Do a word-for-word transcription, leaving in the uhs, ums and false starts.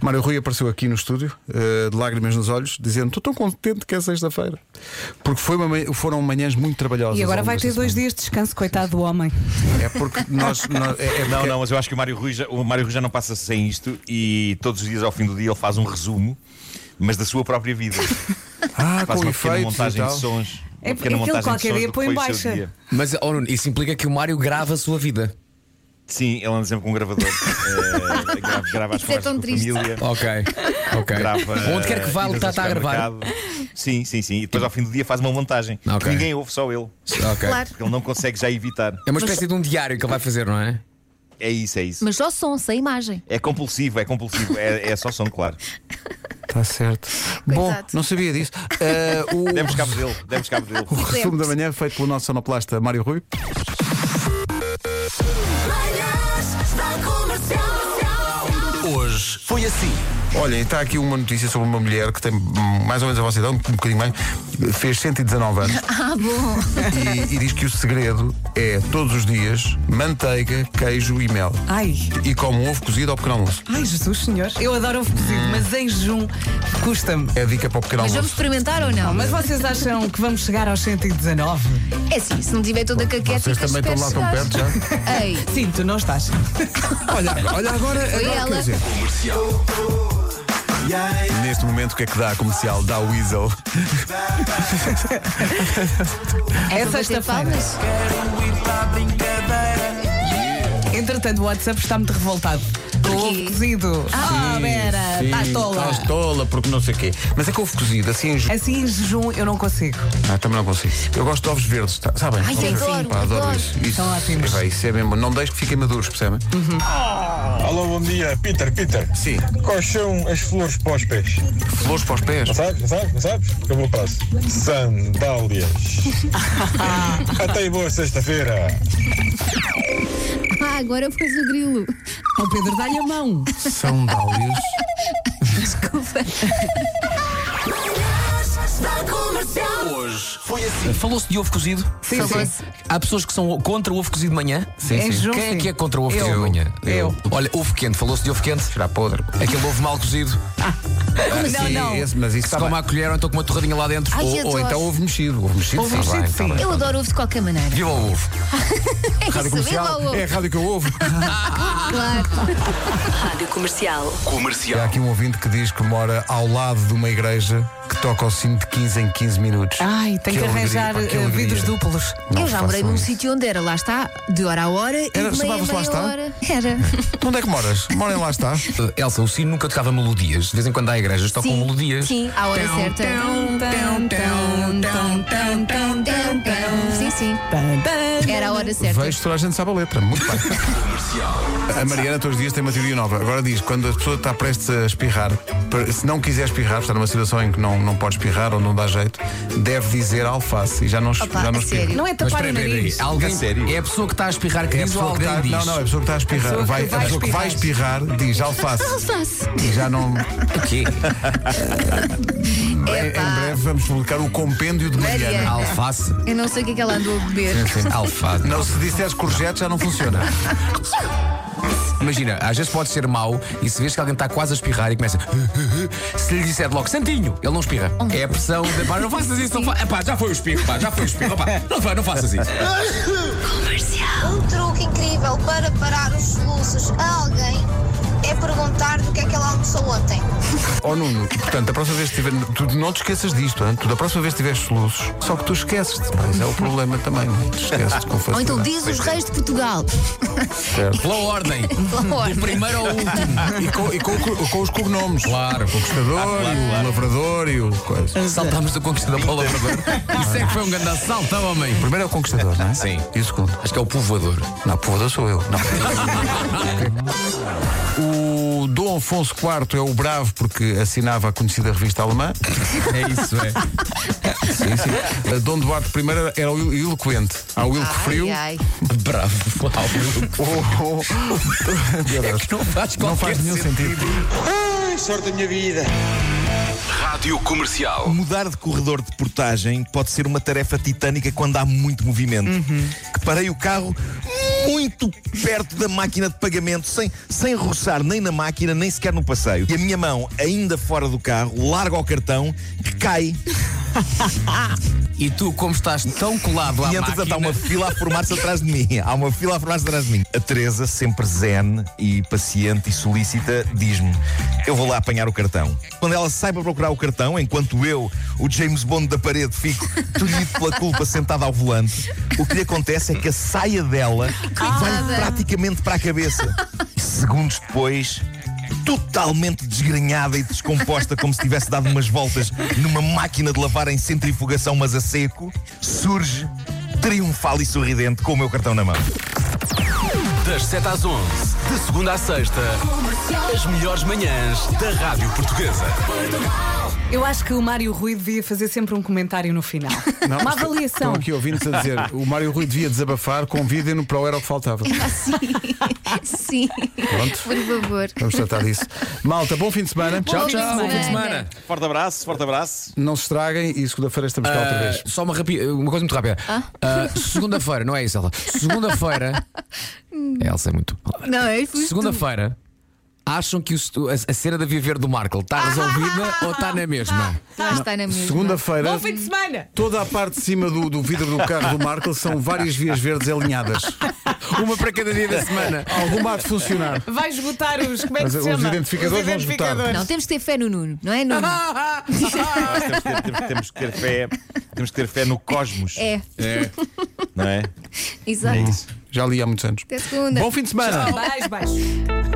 Mário Rui apareceu aqui no estúdio, uh, de lágrimas nos olhos, dizendo: estou tão contente que é sexta-feira. Porque foi uma, foram manhãs muito trabalhosas. E agora vai ter dois dias de descanso, coitado do homem. É porque nós. nós é, é porque... Não, não, mas eu acho que o Mário Rui já, o Mário Rui já não passa sem isto e todos os dias ao fim do dia ele faz um resumo, mas da sua própria vida. Ah, faz com uma pequena efeitos montagem e de tal. sons. É, Uma pequena é que ele montagem de qualquer sons dia do que põe foi em o seu baixa. dia. Mas oh, Nuno, isso implica que o Mário grava a sua vida. Sim, ele anda sempre com um gravador. é, grava, grava as Isso é conversas tão com a triste. família. Ok, ok. Grava, Onde quer que vá, ele idas está ao a gravar. supermercado. Sim, sim, sim. E depois ao fim do dia faz uma montagem. Ok. Que ninguém ouve, só ele. Ok. Claro. Porque ele não consegue já evitar. É uma espécie de um diário que ele vai fazer, não é? É isso, é isso. Mas só som, sem imagem. É compulsivo, é compulsivo. É, é só som, claro. Está certo. Bom, não sabia disso. Uh, o... Demos cabo dele, demos cabo dele. O resumo da manhã feito pelo nosso sonoplasta Mário Rui. Hoje foi assim. Olhem, está aqui uma notícia sobre uma mulher que tem mais ou menos a vossa idade, um bocadinho mais, fez cento e dezanove anos. Ah, bom. E, e diz que o segredo é todos os dias manteiga, queijo e mel. Ai, E come um ovo cozido ao pequeno almoço. ai, Jesus Senhor. Eu adoro ovo cozido, mas em jejum custa-me. É a dica para o pequeno Mas vamos almoço. experimentar ou não? Mas vocês acham que vamos chegar aos cento e dezanove? É assim, se não tiver toda a caquete, Vocês também estão lá tão perto já. Ei, Sim, tu não estás. Olha, olha agora, Foi agora ela. quer dizer, neste momento o que é que dá a comercial? Dá o Weasel. É vou bater sexta-feira. palmas? Entretanto, o WhatsApp está muito revoltado. Com o ovo cozido. Ah, Vera, estás tola. Estás tola, porque não sei o quê. Mas é que ovo cozido, assim em... Assim em jejum eu não consigo. Ah, também não consigo. Eu gosto de ovos verdes, tá? Sabem? Ai, Ovos adoro, verdes. Pá, adoro adoro. isso. Isso, São ótimos. é, pá, isso é mesmo. Não deixe que fiquem maduros, percebem? Alô, bom dia, Peter, Peter. Sim. Quais são as flores para os pés? Flores para os pés. Não sabes, não sabes, não sabes? Eu vou passo. Sandálias. Até aí, boa sexta-feira. Ah, agora pôs o grilo. Ó Pedro, dá-lhe a mão. Sandálias. Desculpa. Hoje foi assim. Falou-se de ovo cozido? Sim, Falou-se. sim. Há pessoas que são contra o ovo cozido de manhã? Sim, Em sim. jejum, Quem é sim. que é contra o ovo Eu. cozido de manhã? Eu. Olha, ovo quente, falou-se de ovo quente? Será podre. Aquele ovo mal cozido. Não, Sim, não. esse, mas isso Se está come bem. à colher ou então com uma torradinha lá dentro. Ai, Ou, adoro. ou então ovo mexido. Ovo mexido, Ovo sim, mexido, bem, sim. está bem. Eu adoro ovo de qualquer maneira. Viva o ovo. É Rádio isso, comercial. viva o ovo. É a rádio que eu ouvo. Claro. Rádio Comercial. Há Comercial. aqui um ouvinte que diz que mora ao lado de uma igreja que toca ao sino de quinze em quinze minutos. Ai, tem que, alegria, arranjar pá, que eh, alegria. vidros duplos. Não Eu já morei façam num isso. sítio onde era, lá está, de hora a hora e Era- de meia a chamava-se Lá meia Está? hora. Era. Onde é que moras? Mora em Lá Está? Uh, Elsa, o sino nunca tocava melodias. De vez em quando há igrejas tocam Sim, melodias. sim, à hora certa. Sim, sim. Era a hora certa. Vejo que toda a gente sabe a letra. Muito bem. A Mariana todos os dias tem uma teoria nova. Agora diz, quando a pessoa está prestes a espirrar, para- se não quiser espirrar, está numa situação em que não, não pode espirrar ou não dá jeito, deve dizer alface e já não, Opa, já não a espirra. sério? Não é Mas tapar espera, o espera, nariz. espera. Alguém, A sério? é a pessoa que está a espirrar que É a diz ou pessoa que alguém está, diz? não, não, é a pessoa que está a espirrar. pessoa que vai, vai a pessoa que vai espirrar diz alface. Alface. E já não. O quê? Em, em breve vamos publicar o compêndio de Mariana. Mariana. Alface. Eu não sei o que é que ela andou a beber. Alface. Não, se disseres courgette já não funciona. Imagina, às vezes pode ser mau e se vês que alguém está quase a espirrar e começa. Se lhe disser logo Santinho, ele não espirra. É a pressão de pá, não faças isso, não fa... Epá, já foi o espirro, pá, já foi o espirro, pá, não, fa- não faças isso. Um truque incrível para parar os soluços a alguém é perguntar do que é que ela almoçou ontem. Ó Nuno, portanto, a próxima vez que tiver. Tu não te esqueças disto, hein? Tu da próxima vez que tiveres soluços, só que tu esqueces-te. pá, Esse é o problema também, não? Tu esqueces-te com Ou facilidade. então diz os reis de Portugal. Certo. Pela ordem, do primeiro ao último. E, com, e com, o- com os cognomes. Claro, O conquistador, e o lavrador e o coisa. saltámos do conquistador para o lavrador. Isso é que foi um grande assalto, homem. O primeiro é o conquistador, não é? Sim. E o segundo? Acho que é o povoador. Não, povoador sou eu. Não. O Dom Afonso quarto é o bravo porque assinava a conhecida revista alemã. É isso, é. Sim, sim. A Dom Duarte primeiro era o eloquente. Há o Ilco Frio. Ai, ai. Bravo. Oh, oh. Meu Deus. É que não faz Não qualquer faz nenhum sentido. Ai, sorte da minha vida. Rádio Comercial. Mudar de corredor de portagem pode ser uma tarefa titânica quando há muito movimento. Que parei o carro muito muito perto da máquina de pagamento, sem, sem roçar nem na máquina, nem sequer no passeio. E a minha mão, ainda fora do carro, larga o cartão que cai. E tu, como estás tão colado à E entretanto máquina... há uma fila a formar-se atrás de mim. Há uma fila a formar-se atrás de mim. A Teresa, sempre zen e paciente e solícita, diz-me: eu vou lá apanhar o cartão. Quando ela sai para procurar o cartão, enquanto eu, o James Bond da parede, fico tolhido pela culpa sentado ao volante, o que lhe acontece é que a saia dela vai praticamente para a cabeça. Segundos depois, totalmente desgrenhada e descomposta, como se tivesse dado umas voltas numa máquina de lavar em centrifugação, mas a seco, surge triunfal e sorridente com o meu cartão na mão. Das sete às onze, de segunda à sexta, as melhores manhãs da Rádio Portuguesa. Eu acho que o Mário Rui devia fazer sempre um comentário no final. Não, Uma estão- avaliação. Estão aqui ouvintes a dizer: o Mário Rui devia desabafar, convidem-no para o Era o que Faltava. Sim. Pronto. Por favor. Vamos tratar disso. Malta, bom fim de semana. Bom fim de Tchau, bom fim de semana. semana. Forte abraço, forte abraço. Não se estraguem e segunda-feira estamos cá outra vez. Ah, só uma, rapi- uma coisa muito rápida. Ah, segunda-feira, não é isso, Elsa? Segunda-feira. Elsa é muito. Não, é isso. Segunda-feira. Acham que o- a, a cena da Viver do Marco está resolvida ou está na mesma? Lá está na mesma. Segunda-feira, Bom fim de semana. toda a parte de cima do, do vidro do carro do Marco são várias vias verdes alinhadas. Uma para cada dia da semana. Alguma há de funcionar. Vai esgotar os. Como é que Mas se os chama? identificadores Os vão esgotar. identificadores. Não, temos que ter fé no Nuno, não é, Nuno? Nós temos, que ter, temos- temos que ter fé. Temos que ter fé no cosmos. É, Não é? exato. É isso. Já li há muitos anos. Até segunda. Bom fim de semana. Beijo, beijo.